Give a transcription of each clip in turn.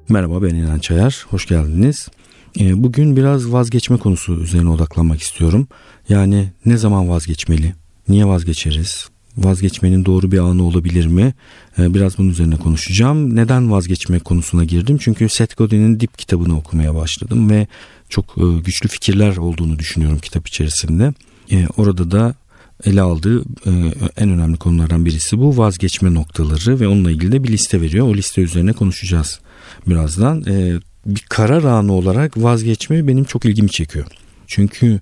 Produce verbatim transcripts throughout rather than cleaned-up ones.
Merhaba, ben İnan Çayar. Hoş geldiniz. Bugün biraz vazgeçme konusu üzerine odaklanmak istiyorum. Yani ne zaman vazgeçmeli? Niye vazgeçeriz? Vazgeçmenin doğru bir anı olabilir mi? Biraz bunun üzerine konuşacağım. Neden vazgeçme konusuna girdim? Çünkü Seth Godin'in Dip kitabını okumaya başladım ve çok güçlü fikirler olduğunu düşünüyorum kitap içerisinde. Orada da ele aldığı en önemli konulardan birisi bu vazgeçme noktaları ve onunla ilgili de bir liste veriyor. O liste üzerine konuşacağız birazdan. Bir karar anı olarak vazgeçme benim çok ilgimi çekiyor. Çünkü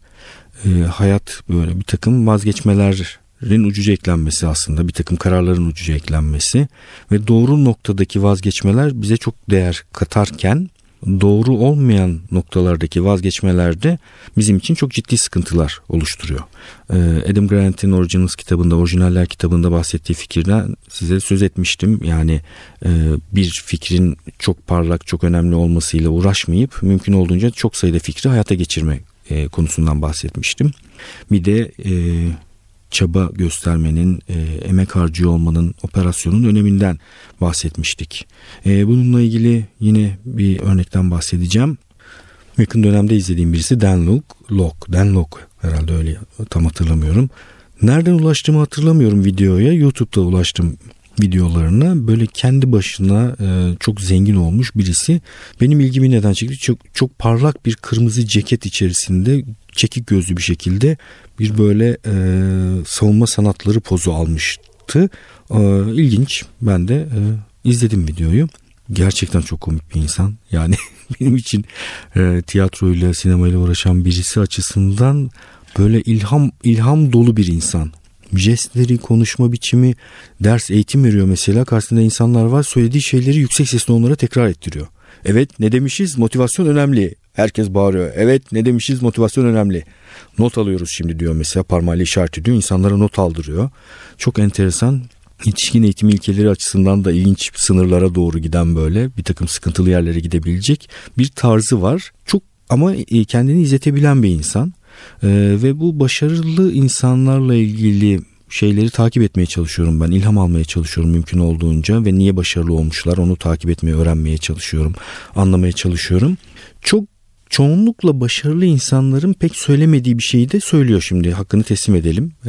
hayat böyle bir takım vazgeçmelerin ucuca eklenmesi aslında, bir takım kararların ucuca eklenmesi ve doğru noktadaki vazgeçmeler bize çok değer katarken doğru olmayan noktalardaki vazgeçmelerde bizim için çok ciddi sıkıntılar oluşturuyor. Adam Grant'in Originals kitabında, Orijinaller kitabında bahsettiği fikirden size söz etmiştim. Yani bir fikrin çok parlak, çok önemli olmasıyla uğraşmayıp mümkün olduğunca çok sayıda fikri hayata geçirme konusundan bahsetmiştim. Bir de çaba göstermenin, e, emek harcıyor olmanın, operasyonun öneminden bahsetmiştik. E, bununla ilgili yine bir örnekten bahsedeceğim. Yakın dönemde izlediğim birisi Dan Lok, Lok, Dan Lok herhalde öyle, tam hatırlamıyorum. Nereden ulaştığımı hatırlamıyorum videoya. YouTube'da ulaştım videolarına. Böyle kendi başına e, çok zengin olmuş birisi. Benim ilgimi neden çekti? Çok, çok parlak bir kırmızı ceket içerisinde, çekik gözlü bir şekilde bir böyle e, savunma sanatları pozu almıştı. E, ilginç. Ben de e, izledim videoyu. Gerçekten çok komik bir insan. Yani benim için e, tiyatroyla, sinemayla uğraşan birisi açısından böyle ilham ilham dolu bir insan. Jestleri, konuşma biçimi, ders, eğitim veriyor mesela. Karşısında insanlar var, söylediği şeyleri yüksek sesle onlara tekrar ettiriyor. Evet, ne demişiz? Motivasyon önemli. Herkes bağırıyor. Evet, ne demişiz? Motivasyon önemli. Not alıyoruz şimdi diyor mesela, parmağıyla işaret ediyor. İnsanlara not aldırıyor. Çok enteresan. Yetişkin eğitim ilkeleri açısından da ilginç sınırlara doğru giden, böyle bir takım sıkıntılı yerlere gidebilecek bir tarzı var. Çok ama kendini izletebilen bir insan. Ee, ve bu başarılı insanlarla ilgili şeyleri takip etmeye çalışıyorum ben. İlham almaya çalışıyorum mümkün olduğunca ve niye başarılı olmuşlar onu takip etmeye, öğrenmeye çalışıyorum. Anlamaya çalışıyorum. Çok çoğunlukla başarılı insanların pek söylemediği bir şeyi de söylüyor şimdi. Hakkını teslim edelim. Ee,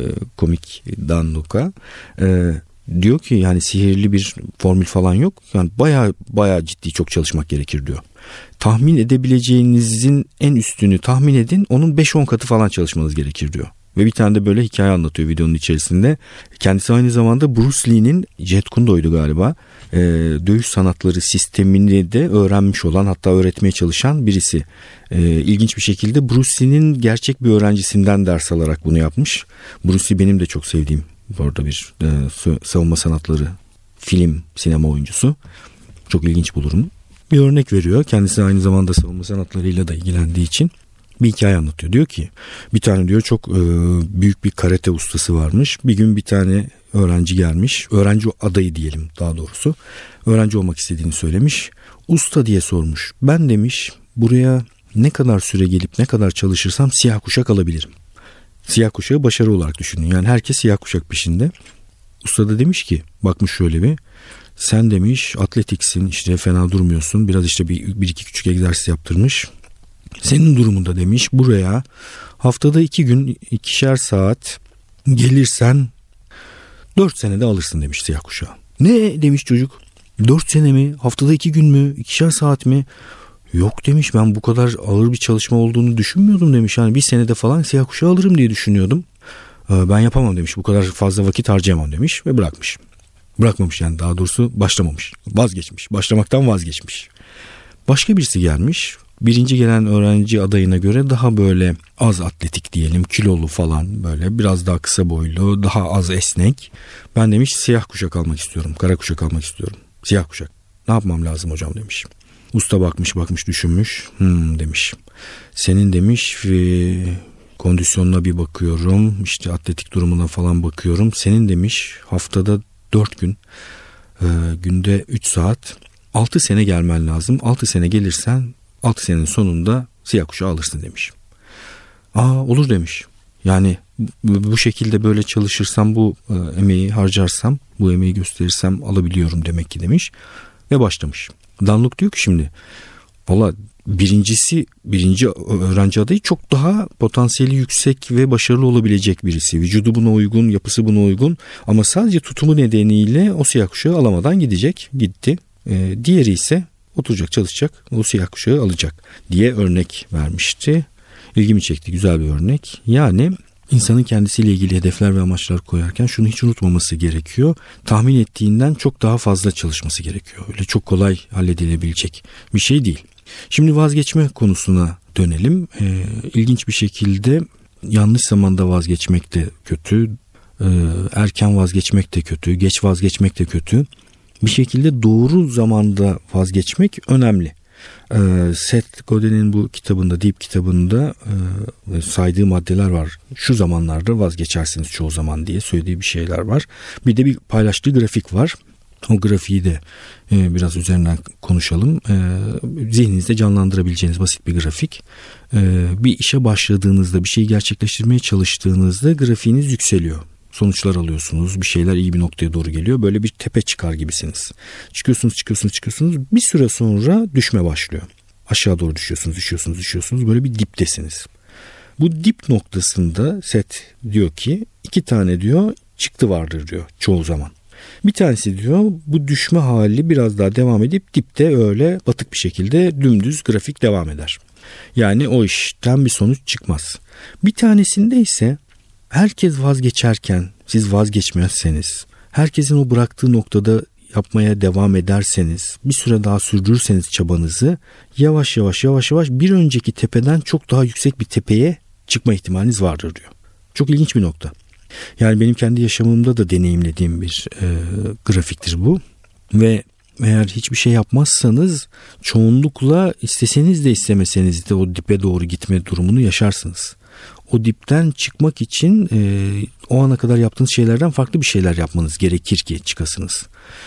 komik Dan Luk'a. Ee, diyor ki yani sihirli bir formül falan yok. Yani bayağı bayağı ciddi çok çalışmak gerekir diyor. Tahmin edebileceğinizin en üstünü tahmin edin, onun beş on katı falan çalışmanız gerekir diyor. Ve bir tane de böyle hikaye anlatıyor videonun içerisinde. Kendisi aynı zamanda Bruce Lee'nin, Jeet Kune Do'ydu galiba, e, dövüş sanatları sistemini de öğrenmiş olan, hatta öğretmeye çalışan birisi. E, ilginç bir şekilde Bruce Lee'nin gerçek bir öğrencisinden ders alarak bunu yapmış. Bruce Lee benim de çok sevdiğim orada bir e, savunma sanatları film, sinema oyuncusu. Çok ilginç bulurum. Bir örnek veriyor. Kendisi aynı zamanda savunma sanatlarıyla da ilgilendiği için bir hikaye anlatıyor. Diyor ki bir tane diyor çok e, büyük bir karate ustası varmış. Bir gün bir tane öğrenci gelmiş. Öğrenci adayı diyelim daha doğrusu. Öğrenci olmak istediğini söylemiş. Usta diye sormuş. Ben demiş buraya ne kadar süre gelip ne kadar çalışırsam siyah kuşak alabilirim. Siyah kuşağı başarı olarak düşünün. Yani herkes siyah kuşak peşinde. Usta da demiş ki, bakmış şöyle bir. Sen demiş atletiksin, işte fena durmuyorsun. Biraz işte bir, bir iki küçük egzersiz yaptırmış. Senin durumunda demiş buraya haftada iki gün ikişer saat gelirsen dört senede alırsın demiş siyah kuşağı. Ne demiş çocuk? Dört sene mi? Haftada iki gün mü? İkişer saat mi? Yok demiş, ben bu kadar ağır bir çalışma olduğunu düşünmüyordum demiş. Yani bir senede falan siyah kuşağı alırım diye düşünüyordum. Ben yapamam demiş, bu kadar fazla vakit harcayamam demiş ve bırakmış. Bırakmamış yani, daha doğrusu başlamamış. Vazgeçmiş. Başlamaktan vazgeçmiş. Başka birisi gelmiş. Birinci gelen öğrenci adayına göre daha böyle az atletik diyelim, kilolu falan, böyle biraz daha kısa boylu, daha az esnek. Ben demiş siyah kuşak almak istiyorum, kara kuşak almak istiyorum. Siyah kuşak. Ne yapmam lazım hocam demiş. Usta bakmış bakmış düşünmüş. Hmm demiş. Senin demiş ve kondisyonuna bir bakıyorum, işte atletik durumuna falan bakıyorum. Senin demiş haftada dört gün, e, günde üç saat, altı sene gelmen lazım. altı sene gelirsen altı senenin sonunda siyah kuşağı alırsın demiş. Aa olur demiş. Yani bu, bu şekilde böyle çalışırsam, bu e, emeği harcarsam, bu emeği gösterirsem alabiliyorum demek ki demiş. Ve başlamış. Dunlock diyor ki şimdi valla birincisi birinci öğrenci adayı çok daha potansiyeli yüksek ve başarılı olabilecek birisi. Vücudu buna uygun, yapısı buna uygun ama sadece tutumu nedeniyle o siyah kuşağı alamadan gidecek. Gitti. Ee, diğeri ise oturacak, çalışacak, o siyah kuşağı alacak diye örnek vermişti. İlgimi çekti, güzel bir örnek. Yani insanın kendisiyle ilgili hedefler ve amaçlar koyarken şunu hiç unutmaması gerekiyor. Tahmin ettiğinden çok daha fazla çalışması gerekiyor. Öyle çok kolay halledilebilecek bir şey değil. Şimdi vazgeçme konusuna dönelim. Ee, ilginç bir şekilde yanlış zamanda vazgeçmek de kötü, ee, erken vazgeçmek de kötü, geç vazgeçmek de kötü. Bir şekilde doğru zamanda vazgeçmek önemli. Ee, Seth Godin'in bu kitabında, Deep kitabında e, saydığı maddeler var. Şu zamanlarda vazgeçersiniz çoğu zaman diye söylediği bir şeyler var. Bir de bir paylaştığı grafik var. O grafiği de e, biraz üzerinden konuşalım. E, zihninizde canlandırabileceğiniz basit bir grafik. E, bir işe başladığınızda, bir şeyi gerçekleştirmeye çalıştığınızda grafiğiniz yükseliyor. Sonuçlar alıyorsunuz. Bir şeyler iyi bir noktaya doğru geliyor. Böyle bir tepe çıkar gibisiniz. Çıkıyorsunuz, çıkıyorsunuz, çıkıyorsunuz. Bir süre sonra düşme başlıyor. Aşağı doğru düşüyorsunuz, düşüyorsunuz, düşüyorsunuz. Böyle bir diptesiniz. Bu dip noktasında Seth diyor ki iki tane diyor çıktı vardır diyor çoğu zaman. Bir tanesi diyor bu düşme hali biraz daha devam edip dipte öyle batık bir şekilde dümdüz grafik devam eder. Yani o işten bir sonuç çıkmaz. Bir tanesinde ise herkes vazgeçerken siz vazgeçmezseniz, herkesin o bıraktığı noktada yapmaya devam ederseniz, bir süre daha sürdürürseniz çabanızı yavaş yavaş yavaş yavaş bir önceki tepeden çok daha yüksek bir tepeye çıkma ihtimaliniz vardır diyor. Çok ilginç bir nokta. Yani benim kendi yaşamımda da deneyimlediğim bir e, grafiktir bu. Ve eğer hiçbir şey yapmazsanız çoğunlukla isteseniz de istemeseniz de o dipe doğru gitme durumunu yaşarsınız. O dipten çıkmak için e, o ana kadar yaptığınız şeylerden farklı bir şeyler yapmanız gerekir ki çıkasınız.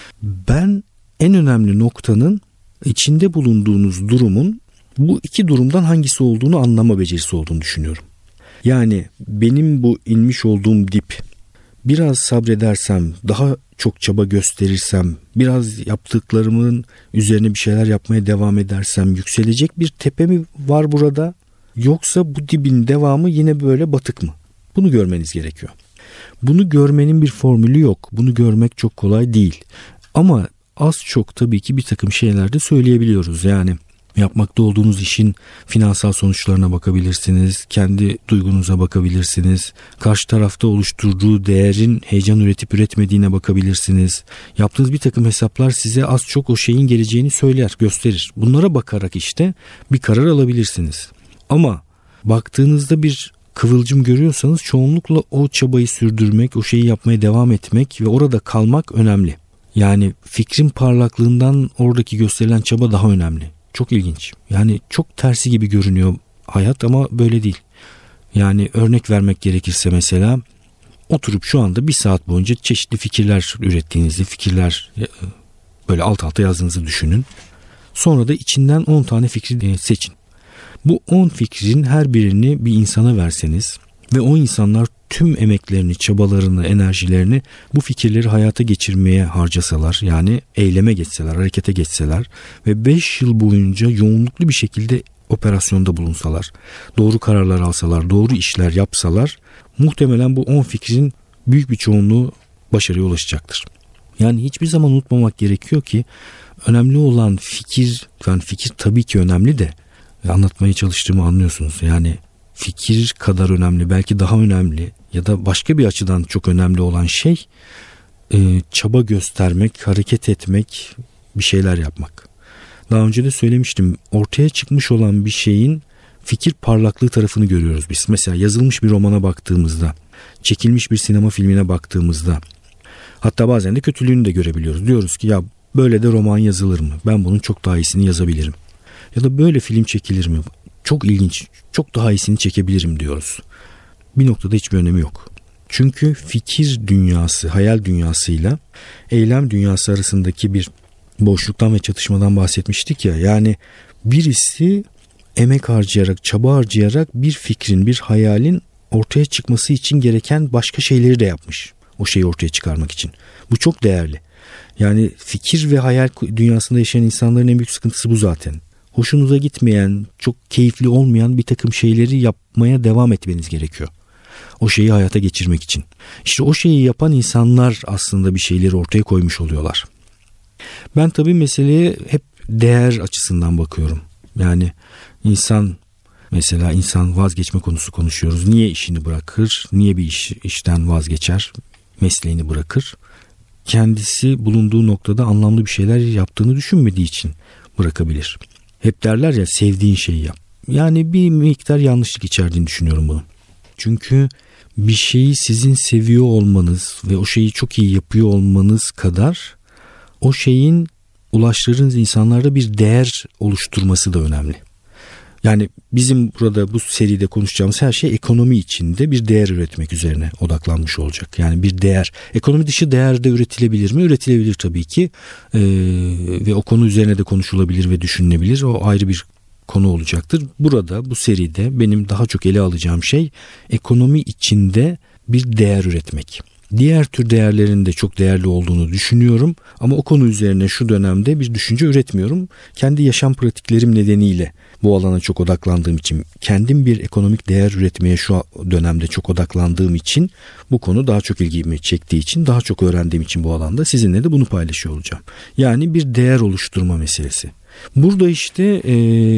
Ben en önemli noktanın içinde bulunduğunuz durumun bu iki durumdan hangisi olduğunu anlama becerisi olduğunu düşünüyorum. Yani benim bu inmiş olduğum dip biraz sabredersem, daha çok çaba gösterirsem, biraz yaptıklarımın üzerine bir şeyler yapmaya devam edersem yükselecek bir tepe mi var burada? Yoksa bu dibin devamı yine böyle batık mı? Bunu görmeniz gerekiyor. Bunu görmenin bir formülü yok. Bunu görmek çok kolay değil. Ama az çok tabii ki bir takım şeyler de söyleyebiliyoruz. Yani yapmakta olduğunuz işin finansal sonuçlarına bakabilirsiniz. Kendi duygunuza bakabilirsiniz. Karşı tarafta oluşturduğu değerin heyecan üretip üretmediğine bakabilirsiniz. Yaptığınız bir takım hesaplar size az çok o şeyin geleceğini söyler, gösterir. Bunlara bakarak işte bir karar alabilirsiniz. Ama baktığınızda bir kıvılcım görüyorsanız çoğunlukla o çabayı sürdürmek, o şeyi yapmaya devam etmek ve orada kalmak önemli. Yani fikrin parlaklığından oradaki gösterilen çaba daha önemli. Çok ilginç. Yani çok tersi gibi görünüyor hayat ama böyle değil. Yani örnek vermek gerekirse mesela oturup şu anda bir saat boyunca çeşitli fikirler ürettiğinizi, fikirler böyle alt alta yazdığınızı düşünün. Sonra da içinden on tane fikri seçin. Bu on fikrin her birini bir insana verseniz ve o insanlar tüm emeklerini, çabalarını, enerjilerini bu fikirleri hayata geçirmeye harcasalar, yani eyleme geçseler, harekete geçseler ve beş yıl boyunca yoğunluklu bir şekilde operasyonda bulunsalar, doğru kararlar alsalar, doğru işler yapsalar, muhtemelen bu on fikrin büyük bir çoğunluğu başarıya ulaşacaktır. Yani hiçbir zaman unutmamak gerekiyor ki önemli olan fikir, yani fikir tabii ki önemli de anlatmaya çalıştığımı anlıyorsunuz. Yani fikir kadar önemli, belki daha önemli ya da başka bir açıdan çok önemli olan şey e, çaba göstermek, hareket etmek, bir şeyler yapmak. Daha önce de söylemiştim, ortaya çıkmış olan bir şeyin fikir parlaklığı tarafını görüyoruz biz. Mesela yazılmış bir romana baktığımızda, çekilmiş bir sinema filmine baktığımızda, hatta bazen de kötülüğünü de görebiliyoruz. Diyoruz ki ya böyle de roman yazılır mı? Ben bunun çok daha iyisini yazabilirim. Ya da böyle film çekilir mi? Çok ilginç, çok daha iyisini çekebilirim diyoruz. Bir noktada hiçbir önemi yok. Çünkü fikir dünyası, hayal dünyasıyla eylem dünyası arasındaki bir boşluktan ve çatışmadan bahsetmiştik ya. Yani birisi emek harcayarak, çaba harcayarak bir fikrin, bir hayalin ortaya çıkması için gereken başka şeyleri de yapmış. O şeyi ortaya çıkarmak için. Bu çok değerli. Yani fikir ve hayal dünyasında yaşayan insanların en büyük sıkıntısı bu zaten. Hoşunuza gitmeyen, çok keyifli olmayan bir takım şeyleri yapmaya devam etmeniz gerekiyor. O şeyi hayata geçirmek için. İşte o şeyi yapan insanlar aslında bir şeyleri ortaya koymuş oluyorlar. Ben tabii meseleye hep değer açısından bakıyorum. Yani insan, mesela insan vazgeçme konusu konuşuyoruz. Niye işini bırakır? Niye bir iş, işten vazgeçer? Mesleğini bırakır? Kendisi bulunduğu noktada anlamlı bir şeyler yaptığını düşünmediği için bırakabilir. Hep derler ya, sevdiğin şeyi yap. Yani bir miktar yanlışlık içerdiğini düşünüyorum bunu. Çünkü bir şeyi sizin seviyor olmanız ve o şeyi çok iyi yapıyor olmanız kadar o şeyin ulaştırdığınız insanlarda bir değer oluşturması da önemli. Yani bizim burada bu seride konuşacağımız her şey ekonomi içinde bir değer üretmek üzerine odaklanmış olacak. Yani bir değer. Ekonomi dışı değer de üretilebilir mi? Üretilebilir tabii ki. Ee, ve o konu üzerine de konuşulabilir ve düşünülebilir. O ayrı bir konu olacaktır. Burada bu seride benim daha çok ele alacağım şey ekonomi içinde bir değer üretmek. Diğer tür değerlerin de çok değerli olduğunu düşünüyorum ama o konu üzerine şu dönemde bir düşünce üretmiyorum. Kendi yaşam pratiklerim nedeniyle bu alana çok odaklandığım için, kendim bir ekonomik değer üretmeye şu dönemde çok odaklandığım için, bu konu daha çok ilgimi çektiği için, daha çok öğrendiğim için bu alanda sizinle de bunu paylaşıyor olacağım. Yani bir değer oluşturma meselesi. Burada işte ee,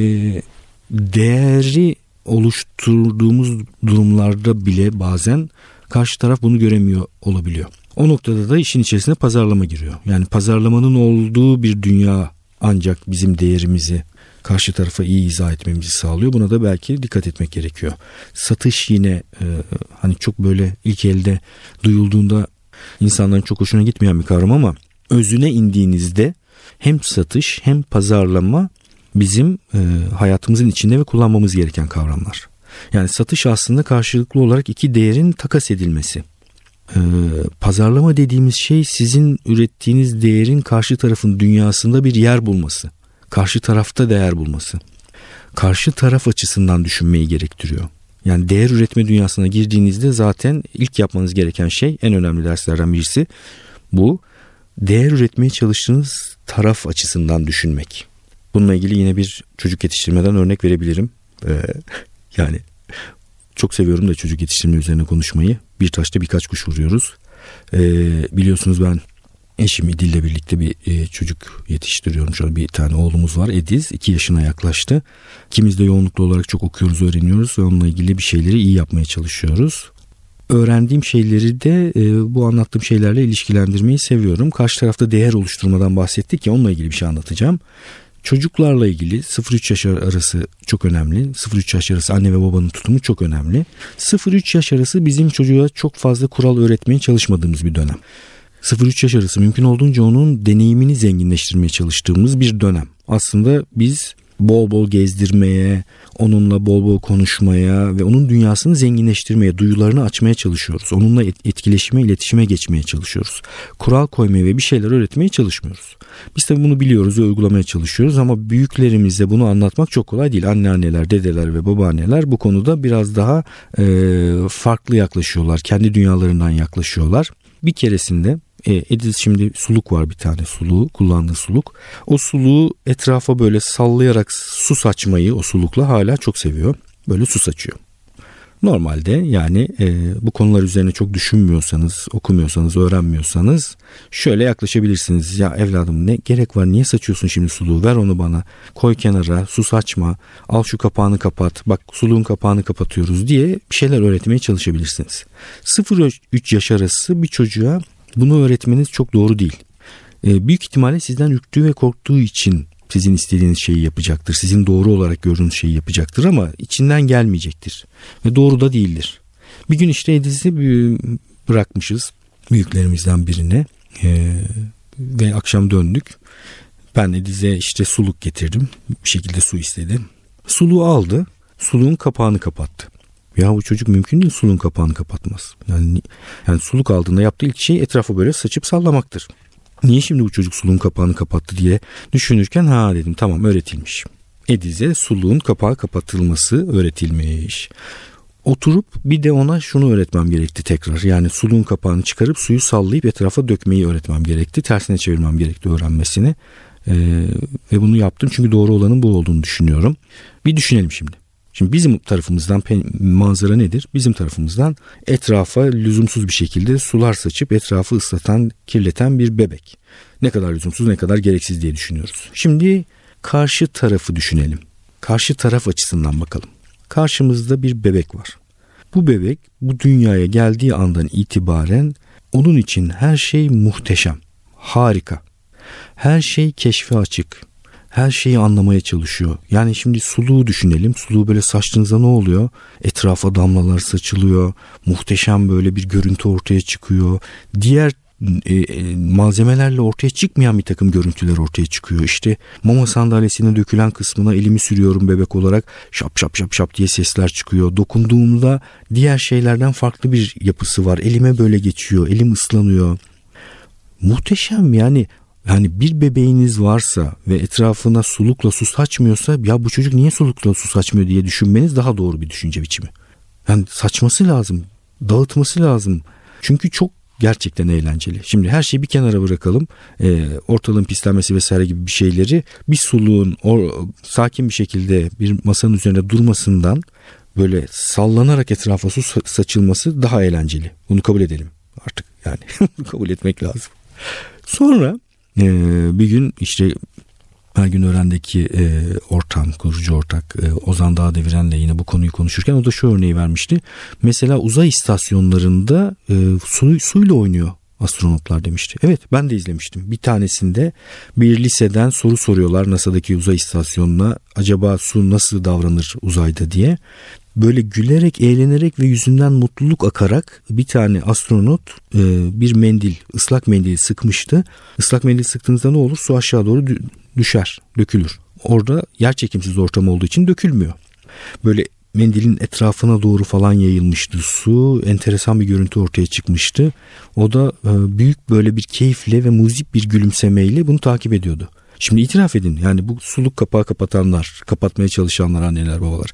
değeri oluşturduğumuz durumlarda bile bazen karşı taraf bunu göremiyor olabiliyor. O noktada da işin içerisine pazarlama giriyor. Yani pazarlamanın olduğu bir dünya ancak bizim değerimizi karşı tarafa iyi izah etmemizi sağlıyor. Buna da belki dikkat etmek gerekiyor. Satış yine e, hani çok böyle ilk elde duyulduğunda insanların çok hoşuna gitmeyen bir kavram ama özüne indiğinizde hem satış hem pazarlama bizim e, hayatımızın içinde ve kullanmamız gereken kavramlar. Yani satış aslında karşılıklı olarak iki değerin takas edilmesi. Ee, pazarlama dediğimiz şey sizin ürettiğiniz değerin karşı tarafın dünyasında bir yer bulması. Karşı tarafta değer bulması. Karşı taraf açısından düşünmeyi gerektiriyor. Yani değer üretme dünyasına girdiğinizde zaten ilk yapmanız gereken şey, en önemli derslerden birisi bu. Değer üretmeye çalıştığınız taraf açısından düşünmek. Bununla ilgili yine bir çocuk yetiştirmeden örnek verebilirim. Ee, Yani çok seviyorum da çocuk yetiştirme üzerine konuşmayı. Bir taşta birkaç kuş vuruyoruz. Ee, biliyorsunuz ben eşim İdil'le birlikte bir e, çocuk yetiştiriyorum. Şöyle bir tane oğlumuz var, Ediz. iki yaşına yaklaştı. İkimiz de yoğunluklu olarak çok okuyoruz, öğreniyoruz ve onunla ilgili bir şeyleri iyi yapmaya çalışıyoruz. Öğrendiğim şeyleri de e, bu anlattığım şeylerle ilişkilendirmeyi seviyorum. Karşı tarafta değer oluşturmadan bahsettik ya, onunla ilgili bir şey anlatacağım. Çocuklarla ilgili sıfır üç yaş arası çok önemli. sıfır üç yaş arası anne ve babanın tutumu çok önemli. sıfır üç yaş arası bizim çocuğa çok fazla kural öğretmeye çalışmadığımız bir dönem. sıfır üç yaş arası mümkün olduğunca onun deneyimini zenginleştirmeye çalıştığımız bir dönem. Aslında biz bol bol gezdirmeye, onunla bol bol konuşmaya ve onun dünyasını zenginleştirmeye, duyularını açmaya çalışıyoruz. Onunla etkileşime, iletişime geçmeye çalışıyoruz. Kural koymaya ve bir şeyler öğretmeye çalışmıyoruz. Biz tabii bunu biliyoruz ve uygulamaya çalışıyoruz ama büyüklerimize bunu anlatmak çok kolay değil. Anneanneler, dedeler ve babaanneler bu konuda biraz daha e, farklı yaklaşıyorlar. Kendi dünyalarından yaklaşıyorlar. Bir keresinde Ediz şimdi suluk var, bir tane suluğu, kullandığı suluk. O suluğu etrafa böyle sallayarak su saçmayı o sulukla hala çok seviyor. Böyle su saçıyor. Normalde yani e, bu konular üzerine çok düşünmüyorsanız, okumuyorsanız, öğrenmiyorsanız şöyle yaklaşabilirsiniz. Ya evladım, ne gerek var, niye saçıyorsun şimdi suluğu, ver onu bana, koy kenara, su saçma, al şu kapağını kapat, bak suluğun kapağını kapatıyoruz diye bir şeyler öğretmeye çalışabilirsiniz. sıfır üç yaş arası bir çocuğa bunu öğretmeniz çok doğru değil. Ee, büyük ihtimalle sizden ürktüğü ve korktuğu için sizin istediğiniz şeyi yapacaktır. Sizin doğru olarak gördüğünüz şeyi yapacaktır ama içinden gelmeyecektir. Ve doğru da değildir. Bir gün işte Ediz'i bırakmışız büyüklerimizden birine ee, ve akşam döndük. Ben Ediz'e işte suluk getirdim. Bir şekilde su istedi. Suluğu aldı. Suluğun kapağını kapattı. Ya bu çocuk mümkün değil suluğun kapağını kapatmaz. Yani, yani suluk aldığında yaptığı ilk şey etrafı böyle saçıp sallamaktır. Niye şimdi bu çocuk suluğun kapağını kapattı diye düşünürken ha dedim, tamam, öğretilmiş. Ediz'e suluğun kapağı kapatılması öğretilmiş. Oturup bir de ona şunu öğretmem gerekti tekrar. Yani suluğun kapağını çıkarıp suyu sallayıp etrafa dökmeyi öğretmem gerekti. Tersine çevirmem gerekti öğrenmesini. Ee, ve bunu yaptım çünkü doğru olanın bu olduğunu düşünüyorum. Bir düşünelim şimdi. Şimdi bizim tarafımızdan manzara nedir? Bizim tarafımızdan etrafa lüzumsuz bir şekilde sular saçıp etrafı ıslatan, kirleten bir bebek. Ne kadar lüzumsuz, ne kadar gereksiz diye düşünüyoruz. Şimdi karşı tarafı düşünelim. Karşı taraf açısından bakalım. Karşımızda bir bebek var. Bu bebek bu dünyaya geldiği andan itibaren onun için her şey muhteşem, harika. Her şey keşfe açık. Her şeyi anlamaya çalışıyor. Yani şimdi suluğu düşünelim. Suluğu böyle saçtığınızda ne oluyor? Etrafa damlalar saçılıyor. Muhteşem böyle bir görüntü ortaya çıkıyor. Diğer e, e, malzemelerle ortaya çıkmayan bir takım görüntüler ortaya çıkıyor. İşte mama sandalyesine dökülen kısmına elimi sürüyorum bebek olarak. Şap şap şap şap diye sesler çıkıyor. Dokunduğumda diğer şeylerden farklı bir yapısı var. Elime böyle geçiyor. Elim ıslanıyor. Muhteşem yani. Yani bir bebeğiniz varsa ve etrafına sulukla su saçmıyorsa ya bu çocuk niye sulukla su saçmıyor diye düşünmeniz daha doğru bir düşünce biçimi. Yani saçması lazım, dağıtması lazım. Çünkü çok gerçekten eğlenceli. Şimdi her şeyi bir kenara bırakalım. E, ortalığın pislenmesi vesaire gibi bir şeyleri bir suluğun or, sakin bir şekilde bir masanın üzerinde durmasından böyle sallanarak etrafa su saçılması daha eğlenceli. Bunu kabul edelim artık yani kabul etmek lazım. Sonra Ee, bir gün işte Her Gün Öğren'deki e, ortam, kurucu ortak e, Ozan Dağdeviren'le yine bu konuyu konuşurken o da şu örneği vermişti. Mesela uzay istasyonlarında e, su, suyla oynuyor astronotlar demişti. Evet, ben de izlemiştim. Bir tanesinde bir liseden soru soruyorlar NASA'daki uzay istasyonuna. Acaba su nasıl davranır uzayda diye. Böyle gülerek, eğlenerek ve yüzünden mutluluk akarak bir tane astronot e, bir mendil, ıslak mendil sıkmıştı. Islak mendil sıktığınızda ne olur? Su aşağı doğru düşer, dökülür. Orada yerçekimsiz ortam olduğu için dökülmüyor. Böyle mendilin etrafına doğru falan yayılmıştı su. Enteresan bir görüntü ortaya çıkmıştı. O da e, büyük böyle bir keyifle ve muzip bir gülümsemeyle bunu takip ediyordu. Şimdi itiraf edin, yani bu suluk kapağı kapatanlar, kapatmaya çalışanlar, anneler, babalar.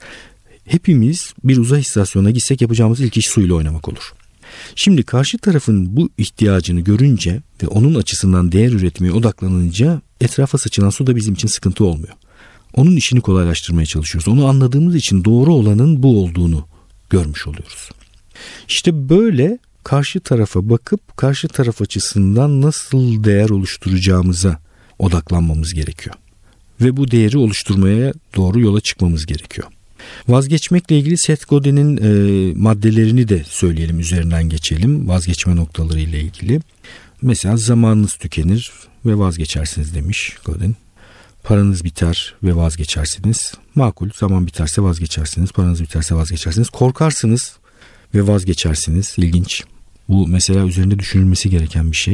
Hepimiz bir uzay istasyonuna gitsek yapacağımız ilk iş suyla oynamak olur. Şimdi karşı tarafın bu ihtiyacını görünce ve onun açısından değer üretmeye odaklanınca etrafa saçılan su da bizim için sıkıntı olmuyor. Onun işini kolaylaştırmaya çalışıyoruz. Onu anladığımız için doğru olanın bu olduğunu görmüş oluyoruz. İşte böyle karşı tarafa bakıp karşı taraf açısından nasıl değer oluşturacağımıza odaklanmamız gerekiyor. Ve bu değeri oluşturmaya doğru yola çıkmamız gerekiyor. Vazgeçmekle ilgili Seth Godin'in e, maddelerini de söyleyelim, üzerinden geçelim. Vazgeçme noktaları ile ilgili. Mesela zamanınız tükenir ve vazgeçersiniz demiş Godin. Paranız biter ve vazgeçersiniz. Makul, zaman biterse vazgeçersiniz. Paranız biterse vazgeçersiniz. Korkarsınız ve vazgeçersiniz. İlginç. Bu mesela üzerinde düşünülmesi gereken bir şey.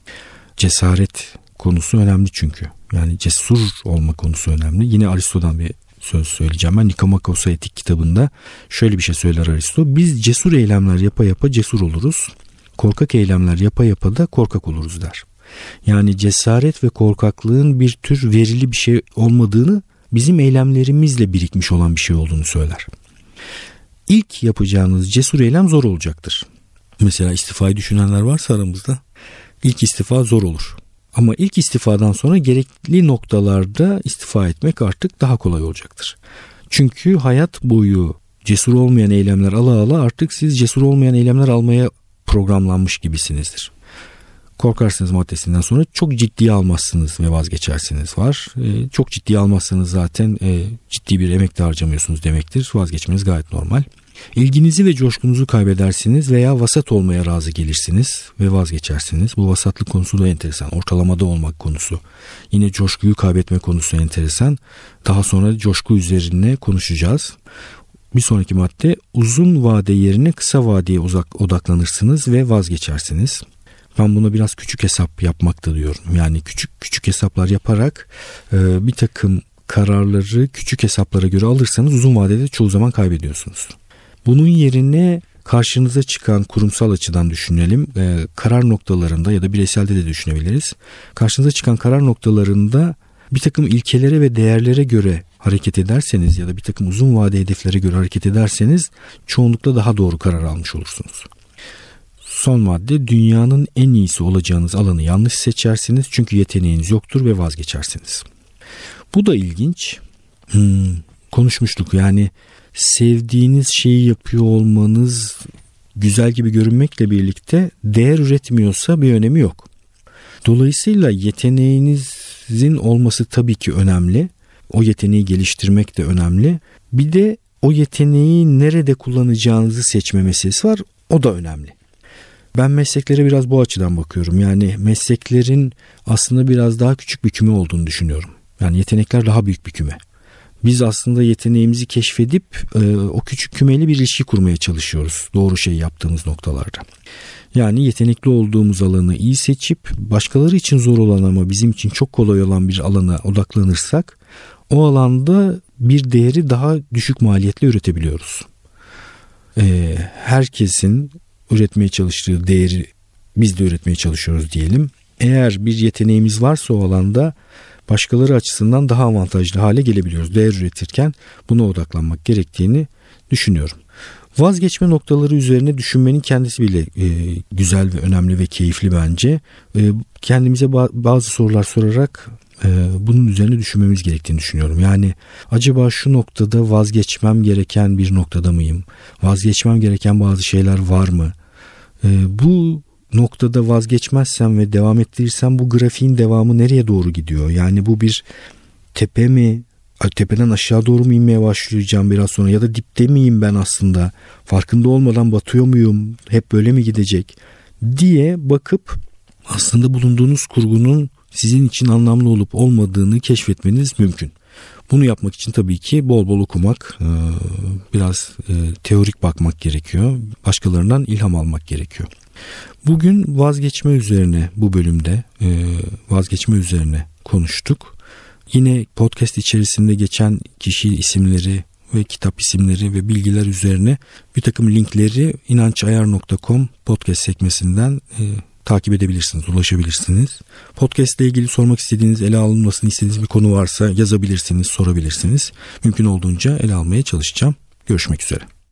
Cesaret konusu önemli çünkü. Yani cesur olma konusu önemli. Yine Aristo'dan bir söz söyleyeceğim. Ben Nikomakos'a Etik kitabında şöyle bir şey söyler Aristo. Biz cesur eylemler yapa yapa cesur oluruz. Korkak eylemler yapa yapa da korkak oluruz der. Yani cesaret ve korkaklığın bir tür verili bir şey olmadığını, bizim eylemlerimizle birikmiş olan bir şey olduğunu söyler. İlk yapacağınız cesur eylem zor olacaktır. Mesela istifayı düşünenler varsa aramızda, ilk istifa zor olur. Ama ilk istifadan sonra gerekli noktalarda istifa etmek artık daha kolay olacaktır. Çünkü hayat boyu cesur olmayan eylemler ala ala artık siz cesur olmayan eylemler almaya programlanmış gibisinizdir. Korkarsınız maddesinden sonra çok ciddiye almazsınız ve vazgeçersiniz var. E, çok ciddiye almazsanız zaten e, ciddi bir emek de harcamıyorsunuz demektir. Vazgeçmeniz gayet normal. İlginizi ve coşkunuzu kaybedersiniz veya vasat olmaya razı gelirsiniz ve vazgeçersiniz. Bu vasatlık konusu da enteresan. Ortalamada olmak konusu. Yine coşkuyu kaybetme konusu enteresan. Daha sonra coşku üzerine konuşacağız. Bir sonraki madde, uzun vade yerine kısa vadeye uzak odaklanırsınız ve vazgeçersiniz. Ben buna biraz küçük hesap yapmak da diyorum. Yani küçük küçük hesaplar yaparak e, bir takım kararları küçük hesaplara göre alırsanız uzun vadede çoğu zaman kaybediyorsunuz. Bunun yerine karşınıza çıkan kurumsal açıdan düşünelim. E, karar noktalarında ya da bireyselde de düşünebiliriz. Karşınıza çıkan karar noktalarında bir takım ilkelere ve değerlere göre hareket ederseniz ya da bir takım uzun vade hedeflere göre hareket ederseniz çoğunlukla daha doğru karar almış olursunuz. Son madde, dünyanın en iyisi olacağınız alanı yanlış seçersiniz çünkü yeteneğiniz yoktur ve vazgeçersiniz. Bu da ilginç. Hmm, konuşmuştuk yani sevdiğiniz şeyi yapıyor olmanız güzel gibi görünmekle birlikte değer üretmiyorsa bir önemi yok. Dolayısıyla yeteneğinizin olması tabii ki önemli. O yeteneği geliştirmek de önemli. Bir de o yeteneği nerede kullanacağınızı seçme meselesi var. O da önemli. Ben mesleklere biraz bu açıdan bakıyorum. Yani mesleklerin aslında biraz daha küçük bir küme olduğunu düşünüyorum. Yani yetenekler daha büyük bir küme. Biz aslında yeteneğimizi keşfedip e, o küçük kümeyle bir ilişki kurmaya çalışıyoruz. Doğru şeyi yaptığımız noktalarda. Yani yetenekli olduğumuz alanı iyi seçip başkaları için zor olan ama bizim için çok kolay olan bir alana odaklanırsak o alanda bir değeri daha düşük maliyetle üretebiliyoruz. E, herkesin üretmeye çalıştığı değeri biz de üretmeye çalışıyoruz diyelim. Eğer bir yeteneğimiz varsa o alanda başkaları açısından daha avantajlı hale gelebiliyoruz. Değer üretirken buna odaklanmak gerektiğini düşünüyorum. Vazgeçme noktaları üzerine düşünmenin kendisi bile e, güzel ve önemli ve keyifli bence. E, kendimize ba- bazı sorular sorarak e, bunun üzerine düşünmemiz gerektiğini düşünüyorum. Yani acaba şu noktada vazgeçmem gereken bir noktada mıyım? Vazgeçmem gereken bazı şeyler var mı? E, bu noktada vazgeçmezsem ve devam ettirirsem bu grafiğin devamı nereye doğru gidiyor? Yani bu bir tepe mi? Tepeden aşağı doğru mu inmeye başlayacağım biraz sonra ya da dipte miyim ben aslında? Farkında olmadan batıyor muyum? Hep böyle mi gidecek? Diye bakıp aslında bulunduğunuz kurgunun sizin için anlamlı olup olmadığını keşfetmeniz mümkün. Bunu yapmak için tabii ki bol bol okumak, biraz teorik bakmak gerekiyor. Başkalarından ilham almak gerekiyor. Bugün vazgeçme üzerine bu bölümde vazgeçme üzerine konuştuk. Yine podcast içerisinde geçen kişi isimleri ve kitap isimleri ve bilgiler üzerine bir takım linkleri inançayar nokta com podcast sekmesinden e, takip edebilirsiniz, ulaşabilirsiniz. Podcast ile ilgili sormak istediğiniz, ele alınmasını istediğiniz bir konu varsa yazabilirsiniz, sorabilirsiniz. Mümkün olduğunca ele almaya çalışacağım. Görüşmek üzere.